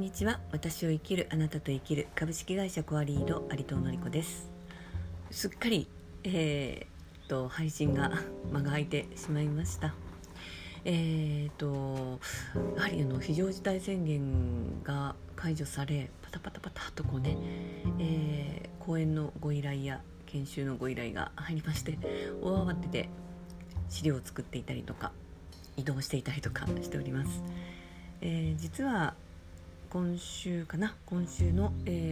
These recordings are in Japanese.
にちは。私を生きるあなたと生きる株式会社コアリード有藤のり子です。すっかり、配信が間が空いてしまいました。やはり非常事態宣言が解除され、パタパタとこうね、講演のご依頼や研修のご依頼が入りまして、大慌てで資料を作っていたりとか移動していたりとかしております。実は今週の、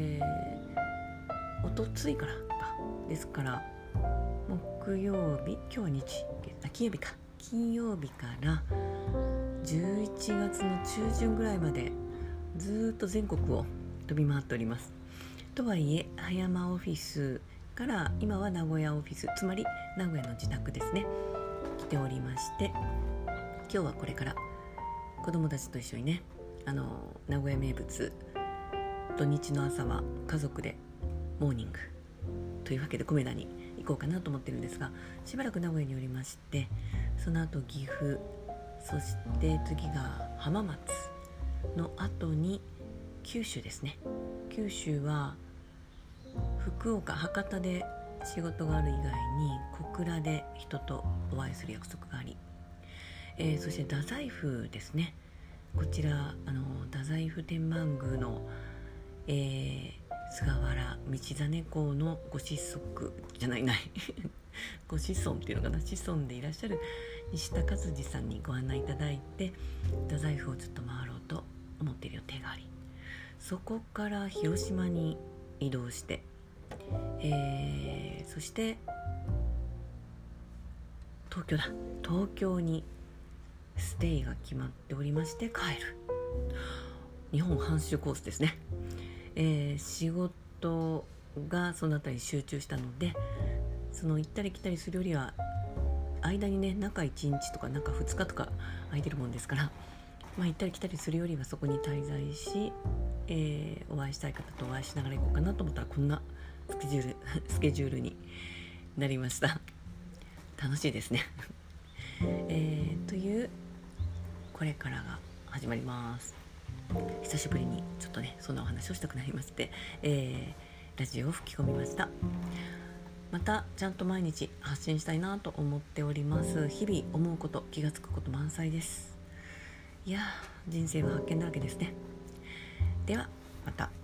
おとついからですから、木曜日、今日は金曜日から11月の中旬ぐらいまでずっと全国を飛び回っております。とはいえ葉山オフィスから今は名古屋オフィス、つまり名古屋の自宅ですね、来ておりまして、今日はこれから子供たちと一緒にね、名古屋名物、土日の朝は家族でモーニングというわけでコメダに行こうかなと思ってるんですが、しばらく名古屋におりまして、その後岐阜、そして次が浜松の後に九州ですね。九州は福岡、博多で仕事がある以外に小倉で人とお会いする約束があり、そして太宰府ですね。こちら太宰府天満宮の、菅原道真公のご子息じゃないご子孫っていうのかな、子孫でいらっしゃる西田和治さんにご案内いただいて、太宰府をちょっと回ろうと思っている予定があり、そこから広島に移動して、そして東京にステイが決まっておりまして、帰る日本半周コースですね。仕事がそのあたりに集中したので、その行ったり来たりするよりは間にね、中1日とか中2日とか空いてるもんですから、行ったり来たりするよりはそこに滞在し、お会いしたい方とお会いしながら行こうかなと思ったら、こんなスケジュールになりました。楽しいですね。というこれからが始まります。久しぶりにちょっとね、そんなお話をしたくなりまして、ラジオを吹き込みました。またちゃんと毎日発信したいなと思っております。日々思うこと、気がつくこと満載です。いや、人生は発見だらけですね。ではまた。